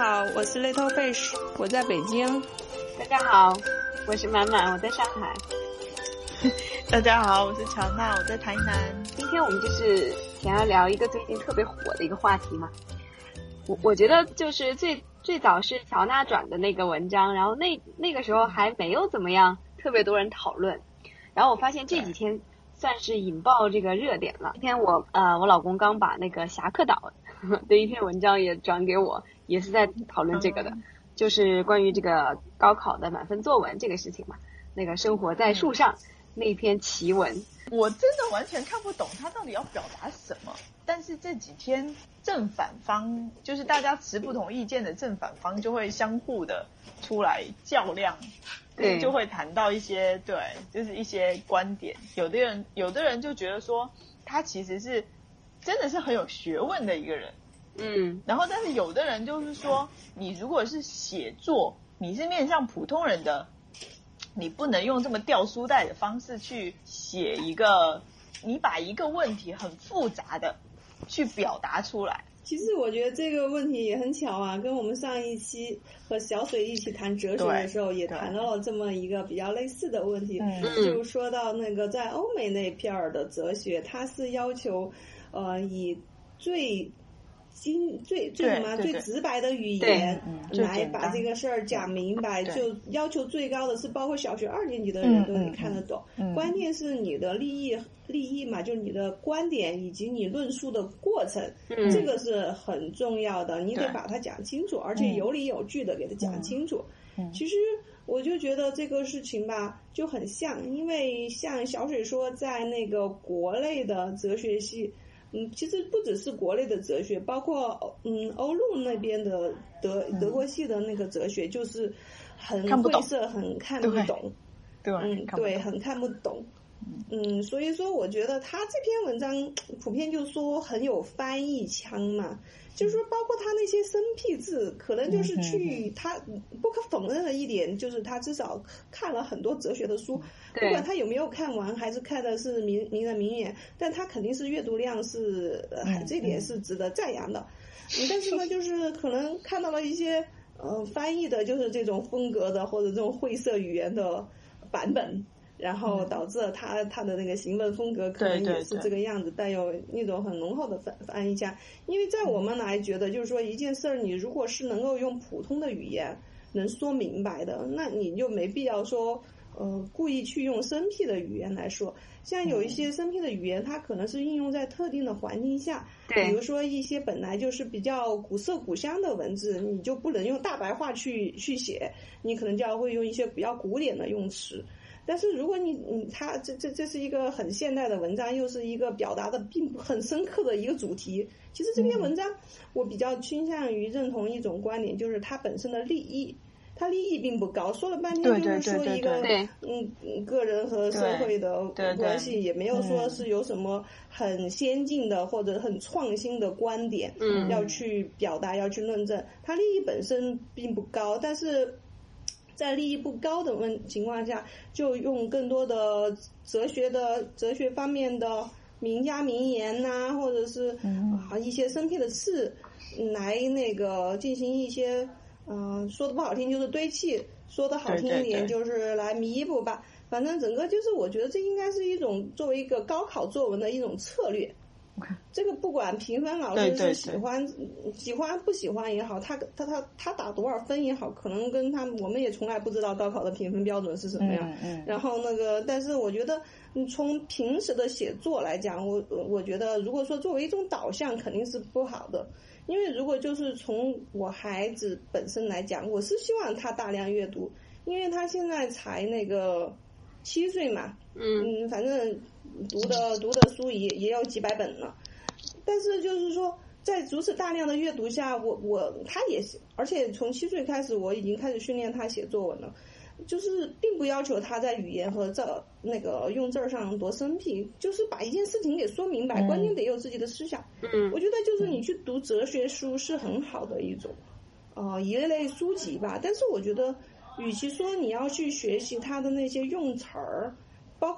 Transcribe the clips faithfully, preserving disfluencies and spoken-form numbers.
好，我是 Little Fish， 我在北京。 大家好，我是满满，我在上海。 大家好，我是乔娜，我在台南。 今天我们就是想要聊一个最近特别火的一个话题嘛。我我觉得就是最最早是乔娜转的那个文章，然后那那个时候还没有怎么样特别多人讨论，然后我发现这几天算是引爆这个热点了。今天我呃我老公刚把那个侠客岛的一篇文章也转给我，也是在讨论这个的，就是关于这个高考的满分作文这个事情嘛。那个生活在树上那篇奇文， 我真的完全看不懂他到底要表达什么。但是这几天正反方，就是大家持不同意见的正反方就会相互的出来较量，对，就会谈到一些对，就是一些观点。有的人有的人就觉得说他其实是真的是很有学问的一个人， 嗯， 然后但是有的人就是说，你如果是写作，你是面向普通人的，你不能用这么掉书袋的方式去写一个，你把一个问题很复杂的去表达出来。 其实我觉得这个问题也很巧啊，跟我们上一期和小水一起谈哲学的时候也谈到了这么一个比较类似的问题，就说到那个在欧美那片儿的哲学，它是要求呃以最精最最什么最直白的语言来把这个事儿讲明白，就要求最高的是包括小学二年级的人都能看得懂，嗯嗯嗯、关键是你的利益利益嘛，就你的观点以及你论述的过程，嗯、这个是很重要的，你得把它讲清楚，而且有理有据的给它讲清楚。嗯嗯、其实我就觉得这个事情吧就很像，因为像小水说在那个国内的哲学系。嗯，其实不只是国内的哲学，包括嗯欧陆那边的德德国系的那个哲学，就是很晦涩，很看不懂。 对， 嗯，对，很看不懂。嗯，所以说我觉得他这篇文章普遍就说很有翻译腔嘛，就是说包括他那些生僻字，可能就是去他不可否认的一点，就是他至少看了很多哲学的书，不管他有没有看完，还是看的是名名人名言，但他肯定是阅读量是，呃，这点是值得赞扬的。嗯，但是呢，就是可能看到了一些呃翻译的，就是这种风格的或者这种晦涩语言的版本。然后导致了他他的那个行文风格可能也是这个样子，带有一种很浓厚的翻翻译腔。因为在我们来觉得，就是说一件事儿，你如果是能够用普通的语言能说明白的，那你就没必要说呃故意去用生僻的语言来说。像有一些生僻的语言，它可能是应用在特定的环境下，比如说一些本来就是比较古色古香的文字，你就不能用大白话去去写，你可能就要会用一些比较古典的用词。但是如果你你它这这这是一个很现代的文章，又是一个表达的并不很深刻的一个主题。其实这篇文章我比较倾向于认同一种观点，就是它本身的立意，它立意并不高，说了半天就是说一个嗯个人和社会的关系，也没有说是有什么很先进的或者很创新的观点要去表达要去论证，它立意本身并不高，但是在利益不高的问情况下，就用更多的哲学的哲学方面的名家名言呐、啊，或者是啊一些生僻的事来那个进行一些嗯、呃、说的不好听就是堆砌，说的好听一点就是来弥补吧。反正整个就是我觉得这应该是一种作为一个高考作文的一种策略。这个不管评分老师是喜欢对对对喜欢不喜欢也好，他他他他打多少分也好，可能跟他我们也从来不知道高考的评分标准是什么样。嗯嗯、然后那个，但是我觉得从平时的写作来讲，我我觉得如果说作为一种导向肯定是不好的，因为如果就是从我孩子本身来讲，我是希望他大量阅读，因为他现在才那个七岁嘛，嗯，反正读的读的书也也有几百本了，但是就是说在如此大量的阅读下，我我他也是，而且从七岁开始我已经开始训练他写作文了，就是并不要求他在语言和这那个用字上多生僻，就是把一件事情给说明白，嗯、关键得有自己的思想。嗯，我觉得就是你去读哲学书是很好的一种，呃，一类类书籍吧。但是我觉得，与其说你要去学习他的那些用词儿，包括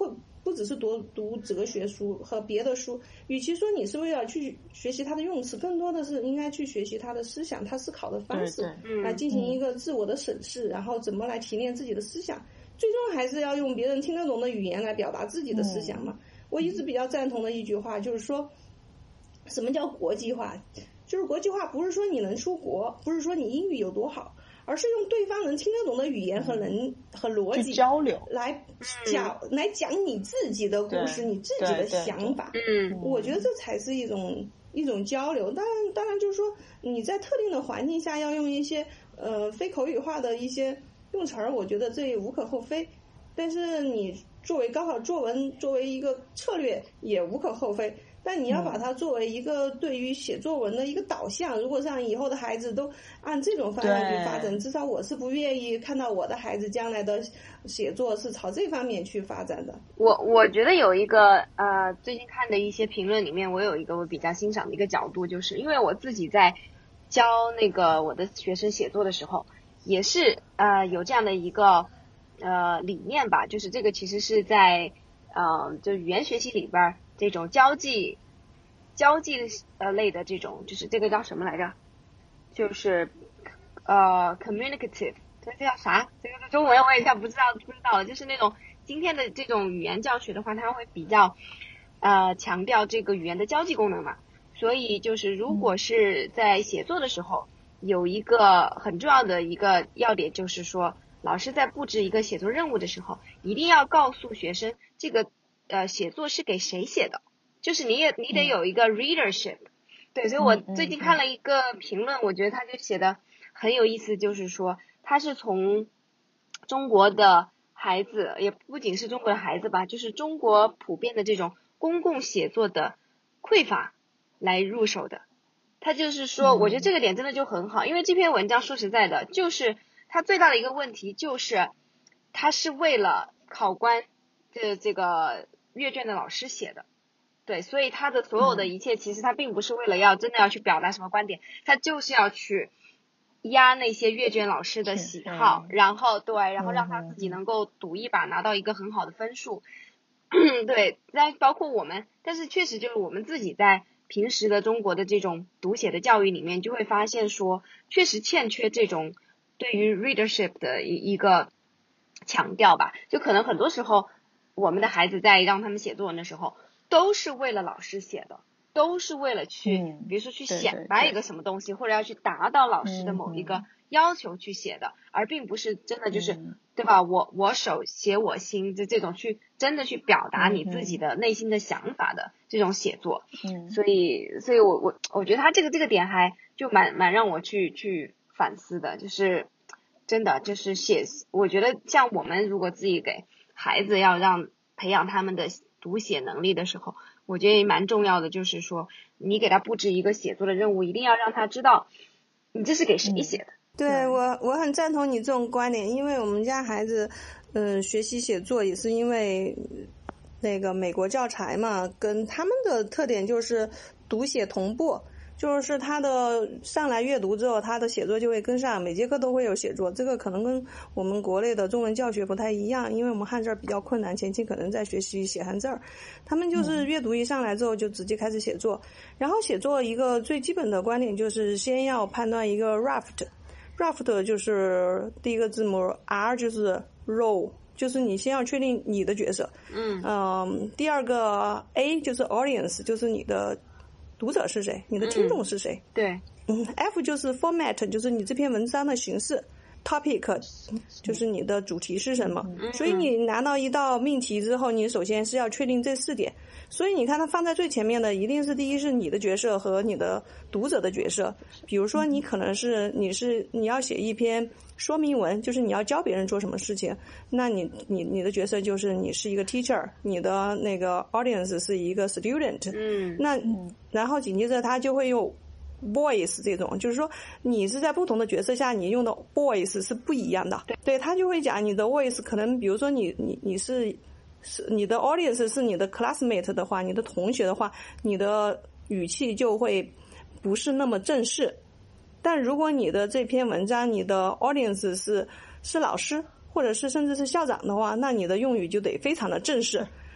不只是读读哲学书和别的书，与其说你是为了去学习它的用词，更多的是应该去学习它的思想，它思考的方式，来进行一个自我的审视，然后怎么来提炼自己的思想，最终还是要用别人听得懂的语言来表达自己的思想嘛。我一直比较赞同的一句话就是说，什么叫国际化？就是国际化不是说你能出国，不是说你英语有多好，而是用对方能听得懂的语言和能和逻辑交流来讲、嗯、来讲你自己的故事，你自己的想法。 嗯， 我觉得这才是一种一种交流。当然，当然就是说你在特定的环境下要用一些呃非口语化的一些用词儿，我觉得这也无可厚非。但是你作为高考作文作为一个策略也无可厚非。但你要把它作为一个对于写作文的一个导向，如果让以后的孩子都按这种方向去发展，至少我是不愿意看到我的孩子将来的写作是朝这方面去发展的。 我我觉得有一个呃，最近看的一些评论里面，我有一个我比较欣赏的一个角度，就是因为我自己在教那个我的学生写作的时候，也是呃有这样的一个呃理念吧，就是这个其实是在呃就语言学习里边这种交际交际呃类的这种，就是这个叫什么来着？就是呃 communicative， 这叫啥？这个中文我也叫不知道不知道了。就是那种今天的这种语言教学的话，它会比较呃强调这个语言的交际功能嘛。所以就是如果是在写作的时候，有一个很重要的一个要点，就是说老师在布置一个写作任务的时候，一定要告诉学生这个呃，写作是给谁写的？就是你也你得有一个 readership，嗯、对，所以我最近看了一个评论，嗯嗯、我觉得他就写的很有意思，就是说他是从中国的孩子，也不仅是中国的孩子吧，就是中国普遍的这种公共写作的匮乏来入手的。他就是说，嗯、我觉得这个点真的就很好，因为这篇文章说实在的，就是他最大的一个问题就是他是为了考官的这个阅卷的老师写的，对，所以他的所有的一切其实他并不是为了要真的要去表达什么观点，他就是要去压那些阅卷老师的喜好，然后对，然后让他自己能够赌一把拿到一个很好的分数。对，但包括我们，但是确实就是我们自己在平时的中国的这种读写的教育里面，就会发现说确实欠缺这种对于 readership 的一一个强调吧，就可能很多时候我们的孩子在让他们写作文的时候，都是为了老师写的，都是为了去，嗯、比如说去显摆一个什么东西，对对对，或者要去达到老师的某一个要求去写的，嗯、而并不是真的就是，嗯、对吧？我我手写我心，就这种去真的去表达你自己的内心的想法的这种写作。嗯，所以，所以我我我觉得他这个这个点还就蛮蛮让我去去反思的，就是真的就是写，我觉得像我们如果自己给孩子要让培养他们的读写能力的时候，我觉得也蛮重要的，就是说你给他布置一个写作的任务，一定要让他知道你这是给谁写的。嗯、 对，我我很赞同你这种观点，因为我们家孩子嗯、呃、学习写作也是因为那个美国教材嘛，跟他们的特点就是读写同步，就是他的上来阅读之后，他的写作就会跟上，每节课都会有写作。这个可能跟我们国内的中文教学不太一样，因为我们汉字比较困难，前期可能在学习写汉字儿，他们就是阅读一上来之后就直接开始写作。然后写作一个最基本的观点就是先要判断一个 raft，raft 就是第一个字母 R 就是 role， 就是你先要确定你的角色。嗯嗯，第二个 A 就是 audience， 就是你的读者是谁，你的听众是谁。 嗯、对， 嗯 ，F 就是 format， 就是你这篇文章的形式 ，topic 就是你的主题是什么。嗯、所以你拿到一道命题之后，你首先是要确定这四点。所以你看它放在最前面的，一定是第一是你的角色和你的读者的角色。比如说你可能是你是你要写一篇说明文，就是你要教别人做什么事情，那你你你的角色就是你是一个 teacher， 你的那个 audience 是一个 student。嗯，那然后紧接着他就会用 voice 这种，就是说你是在不同的角色下，你用的 voice 是不一样的。对，对他就会讲你的 voice 可能，比如说你你你是是你的 audience 是你的 classmate 的话，你的同学的话，你的语气就会不是那么正式。但如果你的这篇文章，你的 audience 是是老师，或者是甚至是校长的话，那你的用语就得非常的正式。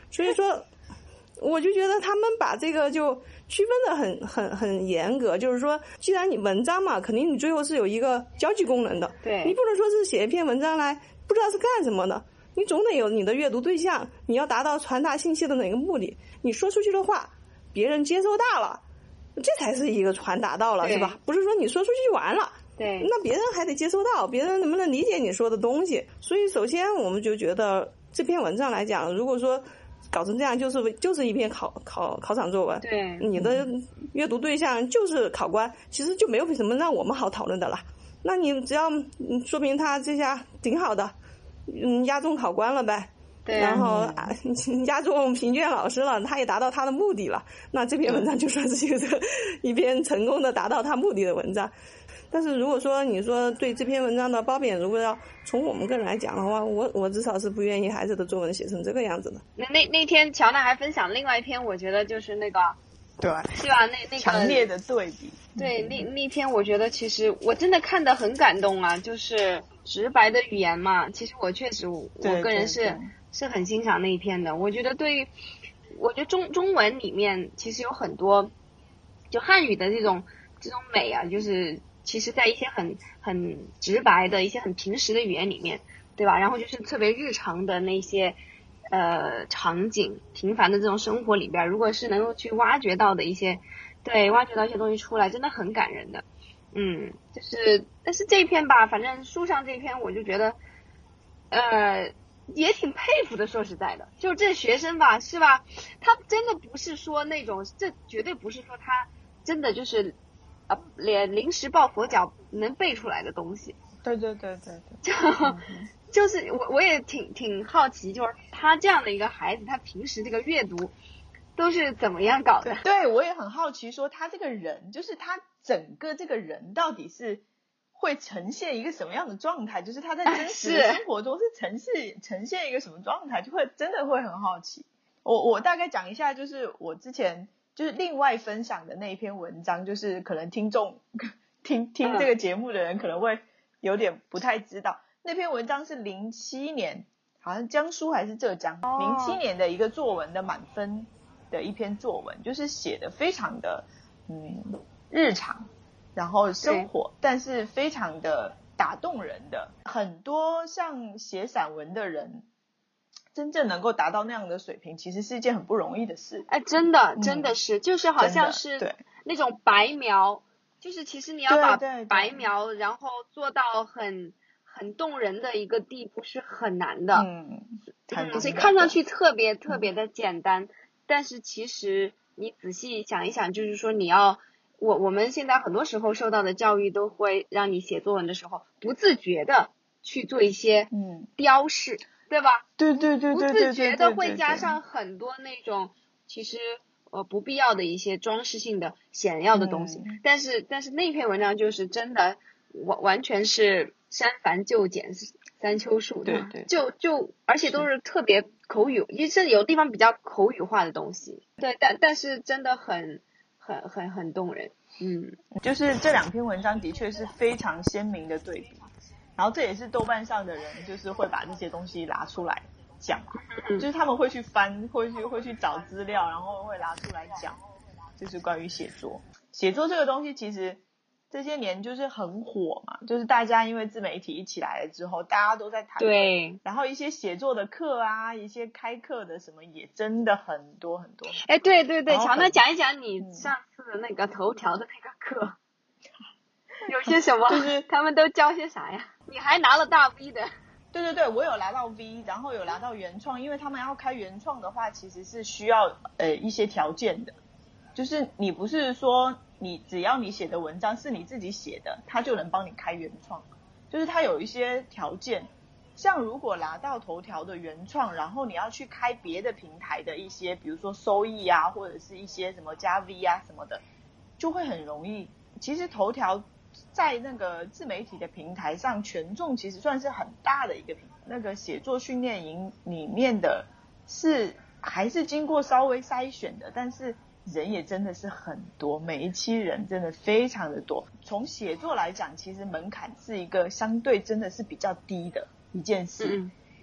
所以说我就觉得他们把这个就区分的很很很严格，就是说既然你文章嘛，肯定你最后是有一个交际功能的， 对， 你不能说是写一篇文章来不知道是干什么的，你总得有你的阅读对象，你要达到传达信息的哪个目的，你说出去的话别人接收到了，这才是一个传达到了，是吧？不是说你说出去就完了， 对， 那别人还得接收到，别人能不能理解你说的东西。所以首先我们就觉得这篇文章来讲，如果说搞成这样，就是就是一篇考考考场作文， 对， 你的阅读对象就是考官，其实就没有什么让我们好讨论的了。那你只要说明他这下挺好的，嗯，押中考官了呗， 对， 然后啊押中评卷老师了，他也达到他的目的了，那这篇文章就算是一个一篇成功的达到他目的的文章。但是如果说你说对这篇文章的褒贬，如果要从我们个人来讲的话，我我至少是不愿意孩子的作文写成这个样子的。 那那那天乔娜还分享另外一篇，我觉得就是那个， 对， 是吧？那那个强烈的对比。 对，那那篇我觉得其实我真的看得很感动啊，就是直白的语言嘛。其实我确实我个人是是很欣赏那一篇的。我觉得对于，我觉得中中文里面其实有很多，就汉语的这种这种美啊，就是其实在一些很很直白的一些很平时的语言里面，对吧？然后就是特别日常的那些呃场景，平凡的这种生活里边，如果是能够去挖掘到的一些。对，挖掘到一些东西出来，真的很感人的。嗯，就是，但是这篇吧，反正书上这篇，我就觉得，呃，也挺佩服的。说实在的，就这学生吧，是吧？他真的不是说那种，这绝对不是说他真的就是，呃，连临时抱佛脚能背出来的东西。 对对对对对。 就、嗯、就是我我也挺挺好奇，就是他这样的一个孩子，他平时这个阅读。都是怎么样搞的？ 对，对我也很好奇，说他这个人，就是他整个这个人到底是会呈现一个什么样的状态？就是他在真实的生活中是呈现呈现一个什么状态？就会真的会很好奇。我我大概讲一下，就是我之前就是另外分享的那一篇文章，就是可能听众听听这个节目的人可能会有点不太知道，嗯、那篇文章是零七年，好像江苏还是浙江，零七年的一个作文的满分。的一篇作文，就是写的非常的嗯日常，然后生活，但是非常的打动人的。很多像写散文的人，真正能够达到那样的水平，其实是一件很不容易的事。 哎，真的真的是，嗯、就是好像是那种白描，就是其实你要把白描，然后做到很很动人的一个地步是很难的。嗯，嗯所以看上去特别特别的简单。嗯但是其实你仔细想一想，就是说你要我我们现在很多时候受到的教育都会让你写作文的时候不自觉的去做一些嗯标示，嗯、对吧？ 对对对对对对， 不自觉的会加上很多那种其实呃不必要的一些装饰性的显要的东西。嗯、但是但是那篇文章就是真的完完全是删繁就简三秋树， 对对， 就就而且都是特别。口语，也是有地方比较口语化的东西，对，但但是真的很很很很动人，嗯， 就是这两篇文章的确是非常鲜明的对比，然后这也是豆瓣上的人就是会把这些东西拿出来讲，嗯、就是他们会去翻，会去会去找资料，然后会拿出来讲，就是关于写作，写作这个东西其实。这些年就是很火嘛，就是大家因为自媒体一起来了之后，大家都在谈。 对。 然后一些写作的课啊，一些开课的什么也真的很多很多。 哎，对对对，乔娜讲一讲你上次的那个头条的那个课，嗯、有些什么？就是他们都教些啥呀？你还拿了大 V 的。 对对对，我有拿到 V， 然后有拿到原创，因为他们要开原创的话，其实是需要呃一些条件的，就是你不是说。你只要你写的文章是你自己写的，他就能帮你开原创，就是他有一些条件，像如果拿到头条的原创，然后你要去开别的平台的一些，比如说收益啊，或者是一些什么加 V 啊什么的，就会很容易。其实头条在那个自媒体的平台上权重其实算是很大的一个平台，那个写作训练营里面的是还是经过稍微筛选的，但是。人也真的是很多，每一期人真的非常的多。从写作来讲，其实门槛是一个相对真的是比较低的一件事。嗯，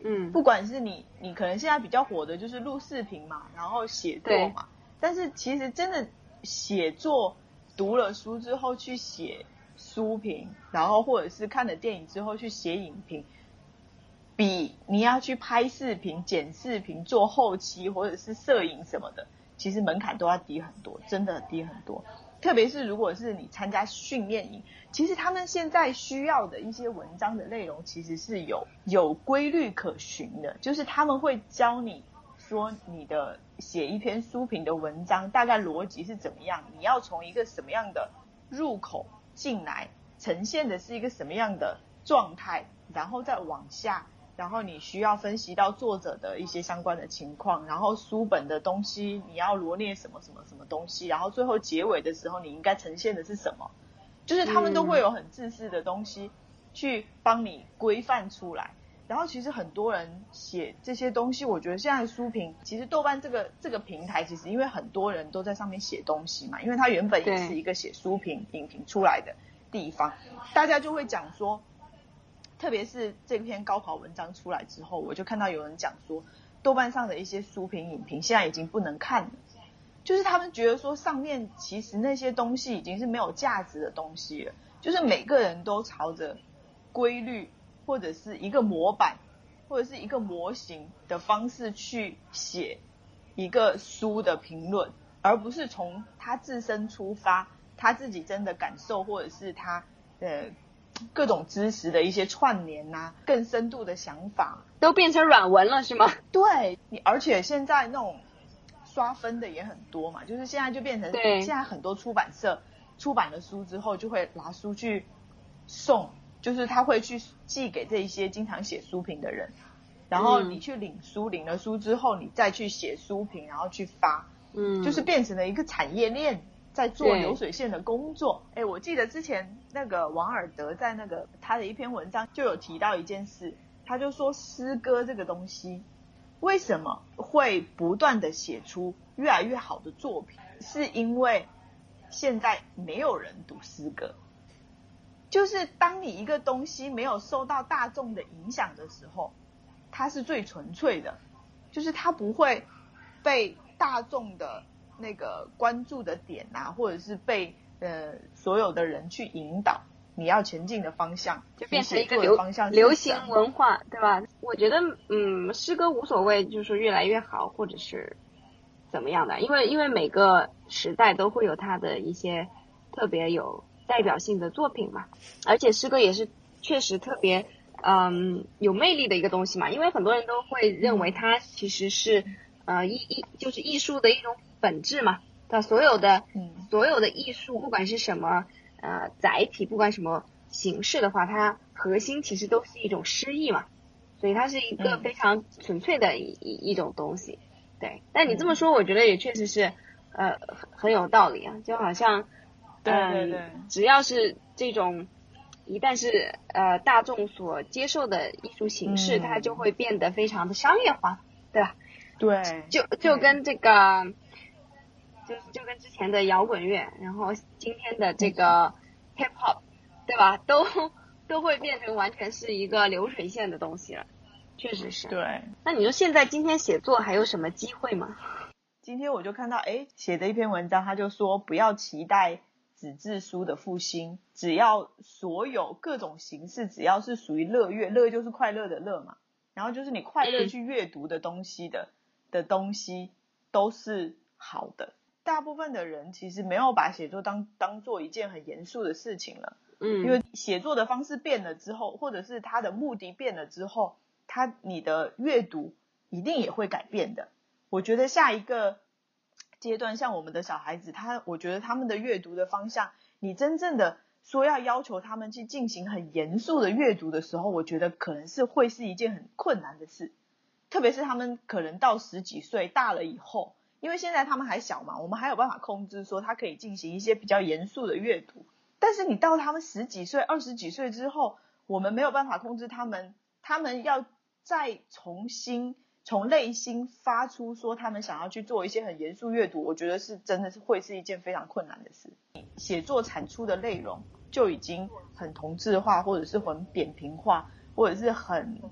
嗯， 不管是你你可能现在比较火的就是录视频嘛，然后写作嘛，但是其实真的写作，读了书之后去写书评，然后或者是看了电影之后去写影评，比你要去拍视频、剪视频、做后期或者是摄影什么的，其实门槛都要低很多，真的低很多。特别是如果是你参加训练营，其实他们现在需要的一些文章的内容其实是有有规律可循的，就是他们会教你说你的写一篇书评的文章大概逻辑是怎么样，你要从一个什么样的入口进来，呈现的是一个什么样的状态，然后再往下，然后你需要分析到作者的一些相关的情况，然后书本的东西你要罗列什么什么什么东西，然后最后结尾的时候你应该呈现的是什么，就是他们都会有很自私的东西去帮你规范出来。然后其实很多人写这些东西，我觉得现在书评，其实豆瓣这个这个平台，其实因为很多人都在上面写东西嘛，因为它原本也是一个写书评影评出来的地方，大家就会讲说，特别是这篇高考文章出来之后，我就看到有人讲说，豆瓣上的一些书评影评现在已经不能看了，就是他们觉得说上面其实那些东西已经是没有价值的东西了，就是每个人都朝着规律或者是一个模板或者是一个模型的方式去写一个书的评论，而不是从他自身出发，他自己真的感受或者是他呃各种知识的一些串联啊，更深度的想法， 都变成软文了是吗？ 对，你而且现在那种刷分的也很多嘛，就是现在就变成现在很多出版社出版了书之后就会拿书去送，就是他会去寄给这一些经常写书评的人，然后你去领书，领了书之后你再去写书评，然后去发，嗯，就是变成了一个产业链在做流水线的工作。哎，我记得之前那个王尔德在那个他的一篇文章就有提到一件事，他就说诗歌这个东西为什么会不断的写出越来越好的作品，是因为现在没有人读诗歌。就是当你一个东西没有受到大众的影响的时候，它是最纯粹的，就是它不会被大众的那个关注的点啊，或者是被呃所有的人去引导你要前进的方向， 就变成一个流流行文化，对吧？我觉得嗯，诗歌无所谓，就是说越来越好，或者是怎么样的，因为因为每个时代都会有它的一些特别有代表性的作品嘛，而且诗歌也是确实特别嗯有魅力的一个东西嘛，因为很多人都会认为它其实是呃艺艺就是艺术的一种本质嘛，它所有的所有的艺术不管是什么呃载体，不管什么形式的话，它核心其实都是一种诗意嘛，所以它是一个非常纯粹的一、嗯、一种东西。对，但你这么说我觉得也确实是呃很有道理啊，就好像对对对、 嗯，只要是这种一旦是呃大众所接受的艺术形式、嗯、它就会变得非常的商业化，对吧？ 对， 就就跟这个就就跟之前的摇滚乐，然后今天的这个 hip hop， 对吧？都都会变成完全是一个流水线的东西了，确实是。 对。 那你说现在今天写作还有什么机会吗？ 今天我就看到哎写的一篇文章，他就说不要期待纸质书的复兴，只要所有各种形式只要是属于乐乐，乐就是快乐的乐嘛，然后就是你快乐去阅读的东西的、嗯、的东西都是好的。大部分的人其实没有把写作当当做一件很严肃的事情了，嗯，因为写作的方式变了之后，或者是他的目的变了之后，他你的阅读一定也会改变的。我觉得下一个阶段像我们的小孩子，他我觉得他们的阅读的方向，你真正的说要要求他们去进行很严肃的阅读的时候，我觉得可能是会是一件很困难的事，特别是他们可能到十几岁大了以后，因为现在他们还小嘛，我们还有办法控制说他可以进行一些比较严肃的阅读，但是你到他们十几岁二十几岁之后，我们没有办法控制他们，他们要再重新从内心发出说他们想要去做一些很严肃阅读，我觉得是真的是会是一件非常困难的事。写作产出的内容就已经很同质化，或者是很扁平化，或者是很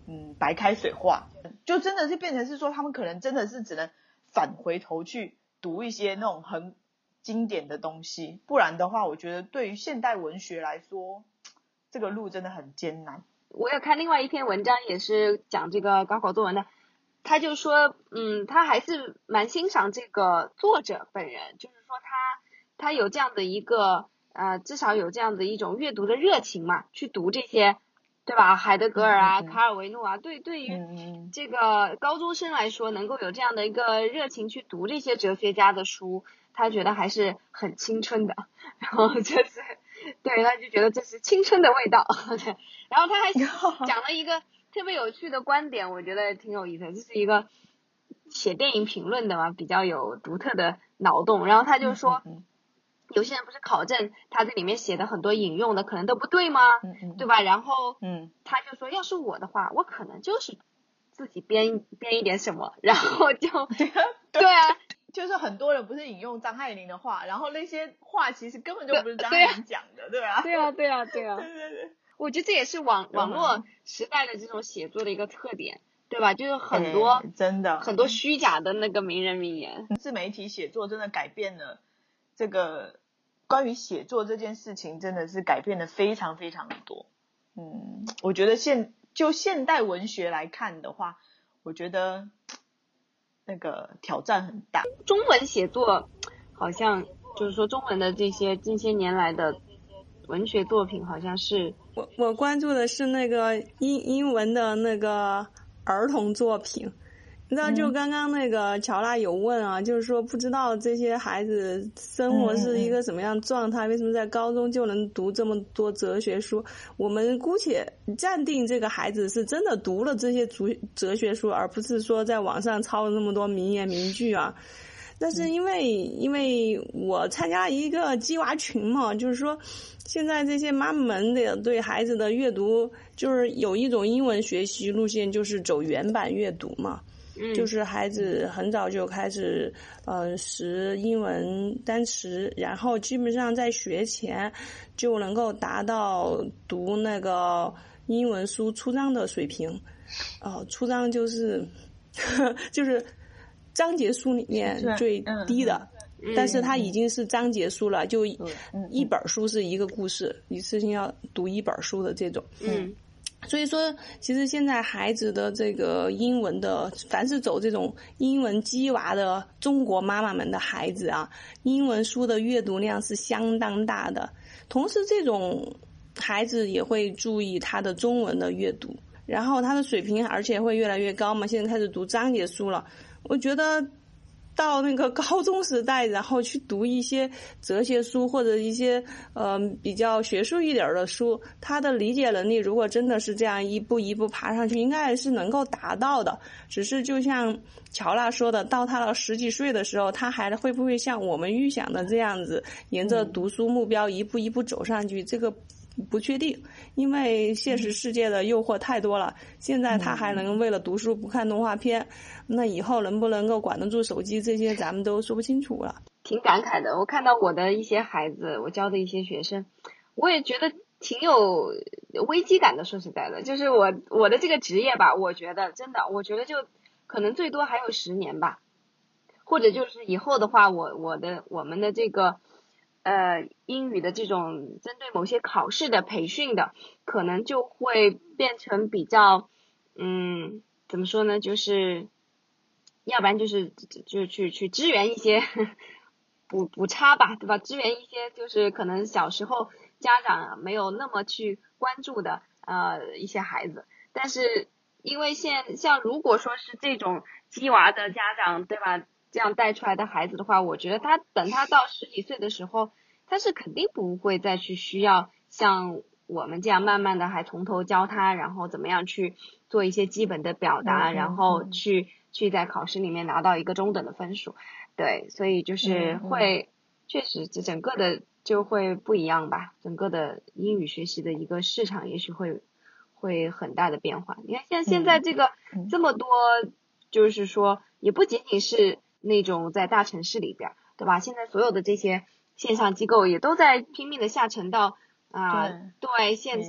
嗯白开水话，就真的是变成是说他们可能真的是只能返回头去读一些那种很经典的东西，不然的话我觉得对于现代文学来说这个路真的很艰难。 我有看另外一篇文章也是讲这个高考作文的，他就说嗯他还是蛮欣赏这个作者本人，就是说他他有这样的一个呃至少有这样的一种阅读的热情嘛，去读这些对吧，海德格尔啊、嗯嗯嗯卡尔维诺啊，对对于这个高中生来说能够有这样的一个热情去读这些哲学家的书，他觉得还是很青春的，然后就是对他就觉得这是青春的味道然后他还讲了一个特别有趣的观点，我觉得挺有意思的，这是一个写电影评论的嘛，比较有独特的脑洞，然后他就说嗯嗯嗯有些人不是考证他这里面写的很多引用的可能都不对吗？嗯嗯对吧？然后嗯他就说要是我的话我可能就是自己编编一点什么，然后就对啊， 就是很多人不是引用张爱玲的话，然后那些话其实根本就不是张爱玲讲的，对吧？ 对啊对啊对啊对对对， 我觉得这也是网网络时代的这种写作的一个特点，对吧？就是很多、 欸、真的很多虚假的那个名人名言。 自媒体写作真的改变了这个关于写作这件事情，真的是改变了非常非常多。嗯，我觉得现就现代文学来看的话，我觉得那个挑战很大。 中文写作好像就是说中文的这些近些年来的文学作品好像是我我关注的是那个英英文的那个儿童作品。你知道就刚刚那个乔拉有问啊、嗯、就是说不知道这些孩子生活是一个什么样状态、嗯、为什么在高中就能读这么多哲学书。我们姑且暂定这个孩子是真的读了这些哲学书，而不是说在网上抄了那么多名言名句啊。但是因为因为我参加一个鸡娃群嘛，就是说现在这些妈妈们的对孩子的阅读就是有一种英文学习路线，就是走原版阅读嘛，就是孩子很早就开始呃识英文单词，然后基本上在学前就能够达到读那个英文书初章的水平。哦、呃，初章就是就是章节书里面最低的，嗯、但是它已经是章节书了，就一本书是一个故事，一次性要读一本书的这种。嗯，所以说其实现在孩子的这个英文的，凡是走这种英文鸡娃的中国妈妈们的孩子啊，英文书的阅读量是相当大的。同时这种孩子也会注意他的中文的阅读，然后他的水平而且会越来越高嘛，现在开始读章节书了。我觉得到那个高中时代，然后去读一些哲学书或者一些呃比较学术一点的书，他的理解能力如果真的是这样一步一步爬上去，应该是能够达到的。只是就像乔拉说的，到他了十几岁的时候，他还会不会像我们预想的这样子，沿着读书目标一步一步走上去，这个不确定，因为现实世界的诱惑太多了。现在他还能为了读书不看动画片，那以后能不能够管得住手机，这些咱们都说不清楚了。 挺感慨的，我看到我的一些孩子，我教的一些学生，我也觉得挺有危机感的。说实在的，就是我我的这个职业吧，我觉得真的，我觉得就可能最多还有十年吧，或者就是以后的话，我我的我们的这个呃，英语的这种针对某些考试的培训的，可能就会变成比较，嗯，怎么说呢？就是，要不然就是就去去支援一些补补差吧，对吧？支援一些就是可能小时候家长没有那么去关注的呃一些孩子，但是因为现像如果说是这种鸡娃的家长，对吧？这样带出来的孩子的话，我觉得他等他到十几岁的时候，他是肯定不会再去需要像我们这样慢慢的还从头教他，然后怎么样去做一些基本的表达，嗯、然后去去在考试里面拿到一个中等的分数。对，所以就是会、嗯、确实这整个的就会不一样吧，整个的英语学习的一个市场也许会会很大的变化。你看现现在这个、嗯、这么多，就是说也不仅仅是那种在大城市里边，对吧？现在所有的这些线上机构也都在拼命的下沉到啊、呃，对县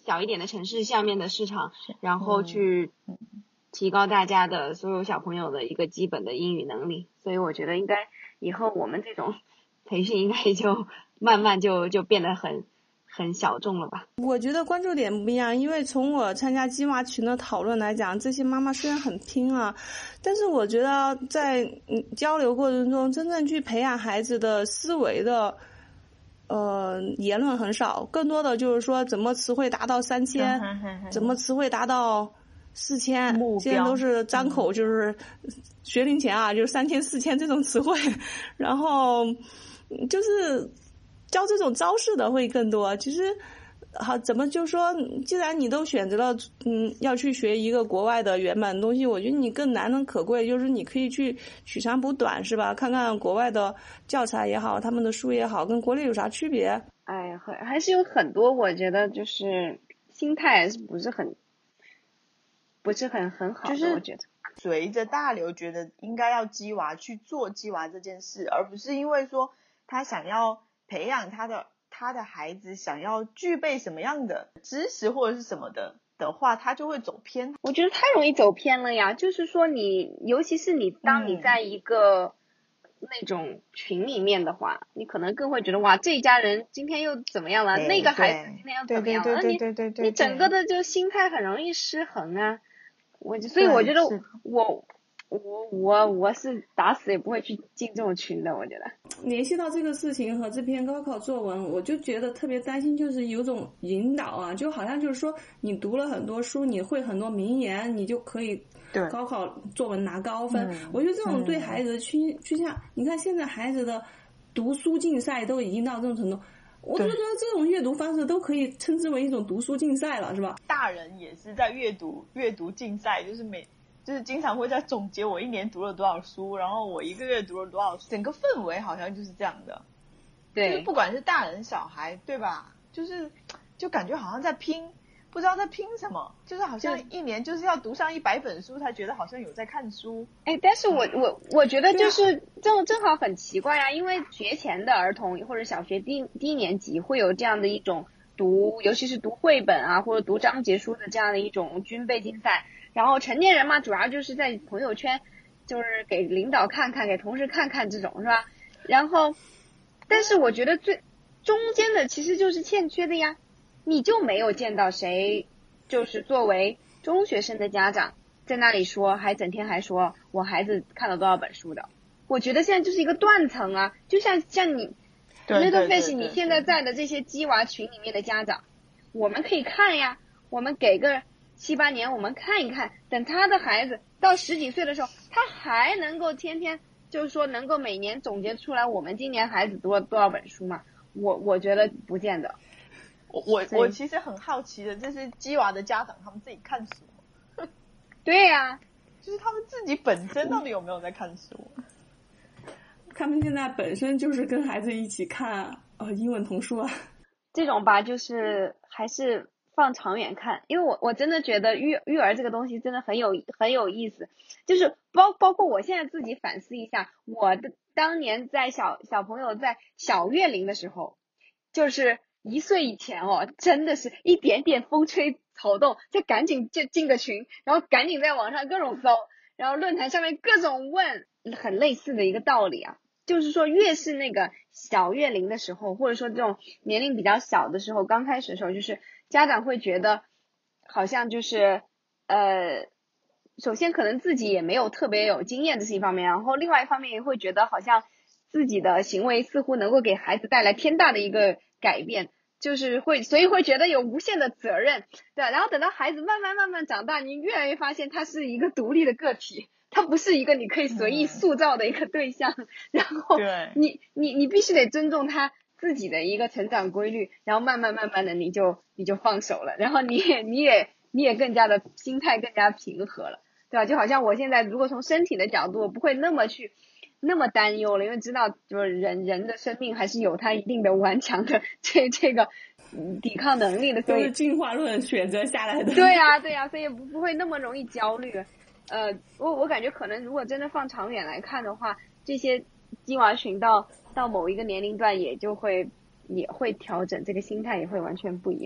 小一点的城市下面的市场，然后去提高大家的所有小朋友的一个基本的英语能力。所以我觉得应该以后我们这种培训应该就慢慢就就变得很很小众了吧。 我觉得关注点不一样，因为从我参加鸡娃群的讨论来讲，这些妈妈虽然很拼啊，但是我觉得在交流过程中真正去培养孩子的思维的呃言论很少，更多的就是说怎么词汇达到三千，怎么词汇达到四千，现在都是张口就是学龄前啊，就是三千四千这种词汇，然后就是教这种招式的会更多。其实好，怎么就说，既然你都选择了嗯要去学一个国外的原版东西，我觉得你更难能可贵就是你可以去取长补短，是吧？看看国外的教材也好，他们的书也好，跟国内有啥区别。 哎，还还是有很多我觉得就是心态不是很不是很很好的，就是我觉得随着大流觉得应该要鸡娃去做鸡娃这件事，而不是因为说他想要培养他的他的孩子想要具备什么样的知识或者是什么的的话，他就会走偏。 我觉得太容易走偏了呀，就是说你尤其是你当你在一个那种群里面的话、嗯、你可能更会觉得哇这一家人今天又怎么样了，那个孩子今天又怎么样了， 对对对对对， 你整个的就心态很容易失衡啊。我所以我觉得我我我我是打死也不会去进这种群的。我觉得联系到这个事情和这篇高考作文，我就觉得特别担心，就是有种引导啊，就好像就是说你读了很多书，你会很多名言，你就可以高考作文拿高分。我觉得这种对孩子的趋趋向，你看现在孩子的读书竞赛都已经到这种程度，我就觉得这种阅读方式都可以称之为一种读书竞赛了，是吧？ 大人也是在阅读阅读竞赛，就是每就是经常会在总结我一年读了多少书，然后我一个月读了多少书，整个氛围好像就是这样的。对，就是不管是大人小孩，对吧？就是就感觉好像在拼，不知道在拼什么，就是好像一年就是要读上一百本书才觉得好像有在看书。 哎，但是我我我觉得就是正正好很奇怪啊，因为学前的儿童或者小学低低年级会有这样的一种读，尤其是读绘本啊或者读章节书的这样的一种军备竞赛。然后成年人嘛，主要就是在朋友圈，就是给领导看看，给同事看看这种，是吧？然后，但是我觉得最中间的其实就是欠缺的呀，你就没有见到谁，就是作为中学生的家长在那里说，还整天还说我孩子看了多少本书的。我觉得现在就是一个断层啊，就像像你 Little Fish 你现在在的这些鸡娃群里面的家长，我们可以看呀，我们给个七八年我们看一看，等他的孩子到十几岁的时候，他还能够天天就是说能够每年总结出来我们今年孩子读了多少本书吗？我我觉得不见得。 我我我其实很好奇的，这是鸡娃的家长他们自己看书吗？ 对呀、啊， 就是他们自己本身到底有没有在看书？ 他们现在本身就是跟孩子一起看呃英文童书啊。 这种吧，就是还是放长远看，因为我我真的觉得育育儿这个东西真的很有很有意思，就是包包括我现在自己反思一下，我的当年在小小朋友在小月龄的时候，就是一岁以前哦，真的是一点点风吹草动就赶紧就进个群，然后赶紧在网上各种搜，然后论坛上面各种问，很类似的一个道理啊，就是说越是那个小月龄的时候，或者说这种年龄比较小的时候，刚开始的时候，就是家长会觉得好像就是呃，首先可能自己也没有特别有经验，这是一方面，然后另外一方面也会觉得好像自己的行为似乎能够给孩子带来天大的一个改变，就是会所以会觉得有无限的责任，对，然后等到孩子慢慢慢慢长大，你越来越发现他是一个独立的个体，他不是一个你可以随意塑造的一个对象，嗯、然后你你你必须得尊重他自己的一个成长规律，然后慢慢慢慢的你就你就放手了，然后你也你也你也更加的心态更加平和了，对吧？就好像我现在如果从身体的角度，我不会那么去那么担忧了，因为知道就是人人的生命还是有他一定的顽强的这这个抵抗能力的，所以都是进化论选择下来的。 对呀、啊、对呀、啊，所以不不会那么容易焦虑。呃，我我感觉可能如果真的放长远来看的话，这些鸡娃群到到某一个年龄段也就会也会调整，这个心态也会完全不一样。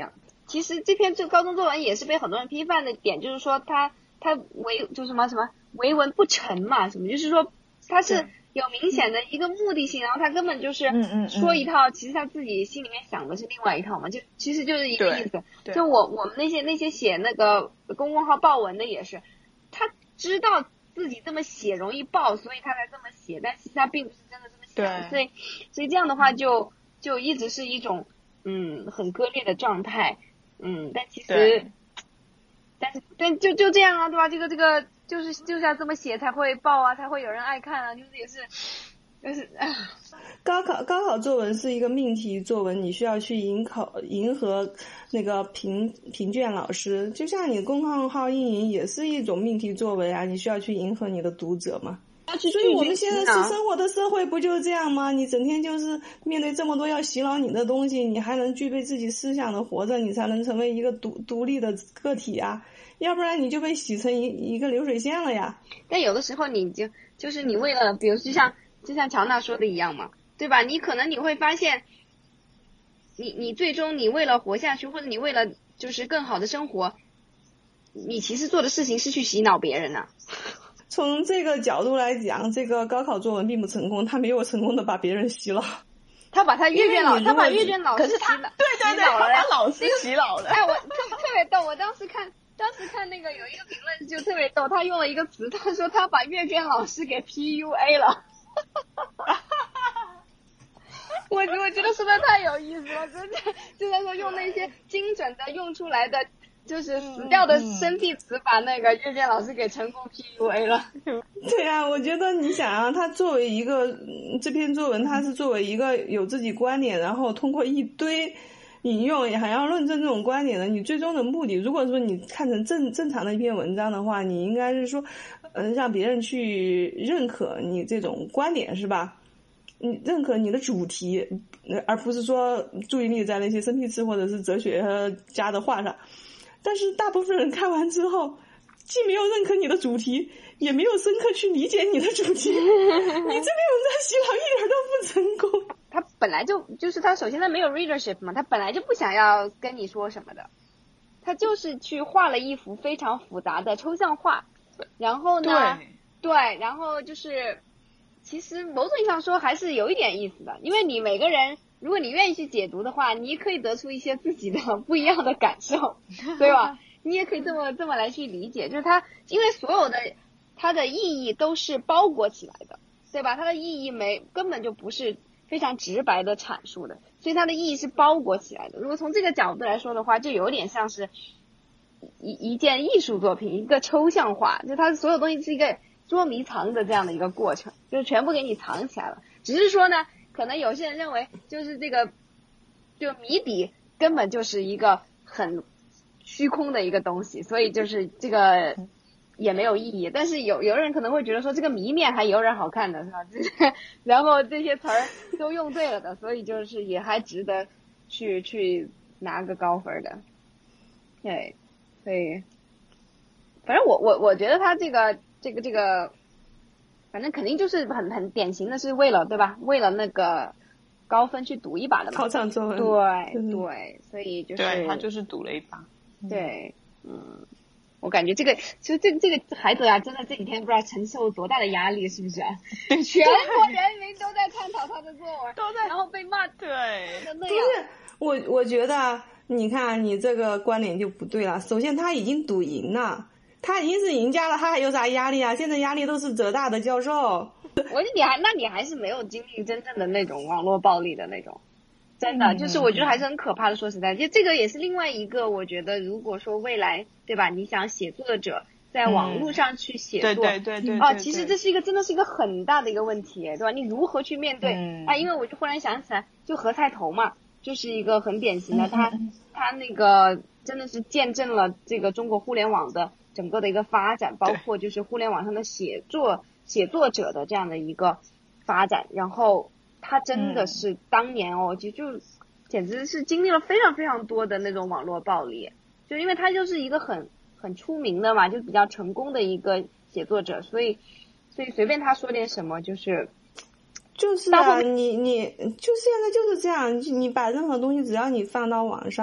其实这篇这高中作文也是被很多人批判的点，就是说他他为就什么什么为文不成嘛，什么就是说他是有明显的一个目的性，然后他根本就是说一套，其实他自己心里面想的是另外一套嘛，就其实就是一个意思。就我我们那些那些写那个公众号爆文的也是，他知道自己这么写容易爆，所以他才这么写，但其实他并不是真的这么想，所以所以这样的话就就一直是一种嗯很割裂的状态，嗯，但其实但是但就就这样啊，对吧？这个这个就是就是要这么写才会爆啊，才会有人爱看啊，就是也是就是啊。 高考高考作文是一个命题作文，你需要去迎考迎合那个评评卷老师，就像你公众号运营也是一种命题作文啊，你需要去迎合你的读者嘛。所以我们现在是生活的社会不就是这样吗？你整天就是面对这么多要洗脑你的东西，你还能具备自己思想的活着，你才能成为一个独独立的个体啊，要不然你就被洗成一一个流水线了呀。 但有的时候你就就是你为了比如就像就像乔娜说的一样嘛，对吧？你可能你会发现你你最终你为了活下去，或者你为了就是更好的生活，你其实做的事情是去洗脑别人啊。 从这个角度来讲，这个高考作文并不成功，他没有成功的把别人洗脑， 他把他阅卷老他把阅卷老师洗脑， 对对对，他把老师洗脑了。 哎，我特特别逗，我当时看当时看那个有一个评论就特别逗，他用了一个词，他说他把阅卷老师给 P U A 了。我我觉得实在太有意思了，真的就在说用那些精准的用出来的。就是死掉的生僻词把那个阅卷老师给成功 P U A 了。 对啊，我觉得你想啊，他作为一个这篇作文，他是作为一个有自己观点，然后通过一堆引用还要论证这种观点的，你最终的目的，如果说你看成正正常的一篇文章的话，你应该是说，嗯、呃，让别人去认可你这种观点，是吧？你认可你的主题，而不是说注意力在那些生僻词或者是哲学家的话上。但是大部分人看完之后，既没有认可你的主题，也没有深刻去理解你的主题，你这篇文章洗脑一点都不成功。 他本来就就是他首先他没有 readership 嘛，他本来就不想要跟你说什么的，他就是去画了一幅非常复杂的抽象画，然后呢，对，对然后就是其实某种意义上说还是有一点意思的，因为你每个人。如果你愿意去解读的话，你可以得出一些自己的不一样的感受，对吧？你也可以这么这么来去理解，就是它，因为所有的它的意义都是包裹起来的，对吧？它的意义没根本就不是非常直白的阐述的，所以它的意义是包裹起来的。如果从这个角度来说的话，就有点像是一一件艺术作品，一个抽象画，就它所有东西是一个捉迷藏的这样的一个过程，就是全部给你藏起来了。只是说呢。可能有些人认为，就是这个，就谜底根本就是一个很虚空的一个东西，所以就是这个也没有意义。但是有有人可能会觉得说，这个谜面还有点好看的是吧？然后这些词儿都用对了的，所以就是也还值得去去拿个高分的。对，所以反正我我我觉得他这个这个这个。反正肯定就是很很典型的是为了对吧？为了那个高分去赌一把的嘛。 考场作文。 对、嗯、对，所以就是对他就是赌了一把。 对，嗯，我感觉这个其实这个这个孩子啊，真的这几天不知道承受多大的压力，是不是啊？全国人民都在探讨他的作文， 都在， 然后被骂， 对， 不是我我觉得你看你这个观点就不对了。首先他已经赌赢了。他已经是赢家了，他还有啥压力啊？现在压力都是浙大的教授。 我你还那你还是没有经历真正的那种网络暴力的那种，真的、嗯、就是我觉得还是很可怕的。说实在，就这个也是另外一个，我觉得如果说未来对吧，你想写作者在网络上去写作， 嗯、对对对对啊，其实这是一个真的是一个很大的一个问题，对吧？你如何去面对、 嗯、 啊？因为我就忽然想起来，就何菜头嘛，就是一个很典型的，他他那个真的是见证了这个中国互联网的。整个的一个发展，包括就是互联网上的写作写作者的这样的一个发展，然后他真的是当年哦，就就简直是经历了非常非常多的那种网络暴力，就因为他就是一个很很出名的嘛，就比较成功的一个写作者，所以所以随便他说点什么就是就是啊，你你就现在就是这样，你把任何东西只要你放到网上。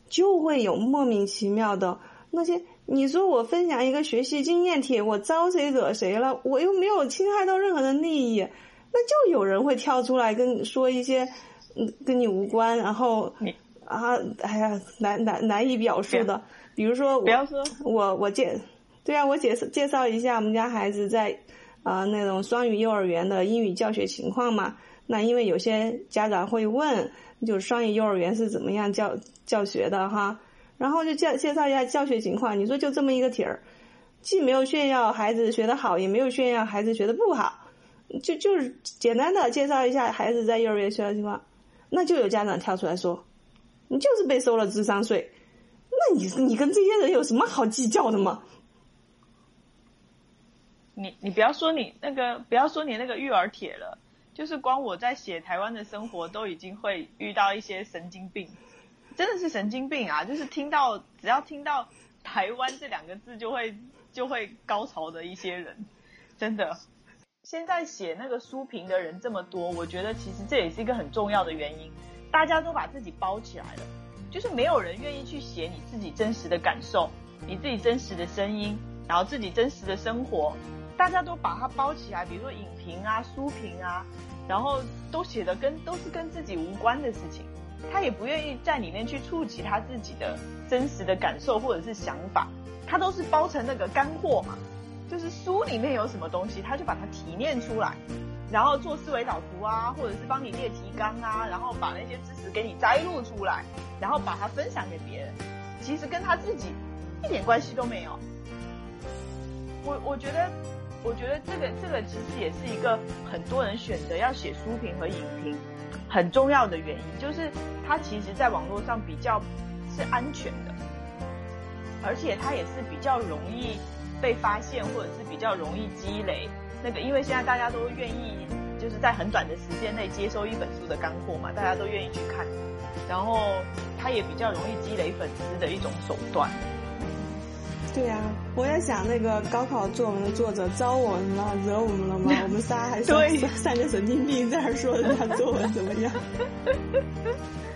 就会有莫名其妙的那些，你说我分享一个学习经验帖，我招谁惹谁了？我又没有侵害到任何的利益，那就有人会跳出来跟说一些嗯跟你无关，然后啊哎呀难难难以表述的，比如说我不要说我我介对啊我介介绍一下我们家孩子在啊、呃、那种双语幼儿园的英语教学情况嘛。那因为有些家长会问，就是双语幼儿园是怎么样教教学的哈，然后就介介绍一下教学情况。你说就这么一个题儿，既没有炫耀孩子学得好，也没有炫耀孩子学得不好，就就是简单的介绍一下孩子在幼儿园学的情况。那就有家长跳出来说，你就是被收了智商税，那你你跟这些人有什么好计较的吗？ 你你不要说你那个不要说你那个育儿帖了。就是光我在写台湾的生活都已经会遇到一些神经病，真的是神经病啊！就是听到只要听到台湾这两个字就会就会高潮的一些人，真的。现在写那个书评的人这么多，我觉得其实这也是一个很重要的原因，大家都把自己包起来了，就是没有人愿意去写你自己真实的感受，你自己真实的声音，然后自己真实的生活。大家都把它包起来，比如说影评啊、书评啊，然后都写的跟都是跟自己无关的事情，他也不愿意在里面去触及他自己的真实的感受或者是想法，他都是包成那个干货嘛，就是书里面有什么东西，他就把它提炼出来，然后做思维导图啊，或者是帮你列提纲啊，然后把那些知识给你摘录出来，然后把它分享给别人，其实跟他自己一点关系都没有。我我觉得。我觉得这个这个其实也是一个很多人选择要写书评和影评很重要的原因，就是它其实在网络上比较是安全的，而且它也是比较容易被发现，或者是比较容易积累那个，因为现在大家都愿意就是在很短的时间内接收一本书的干货嘛，大家都愿意去看，然后它也比较容易积累粉丝的一种手段。 对啊，我在想那个高考作文的作者招我们了，惹我们了吗？我们仨还三三个神经病在那说人家作文怎么样？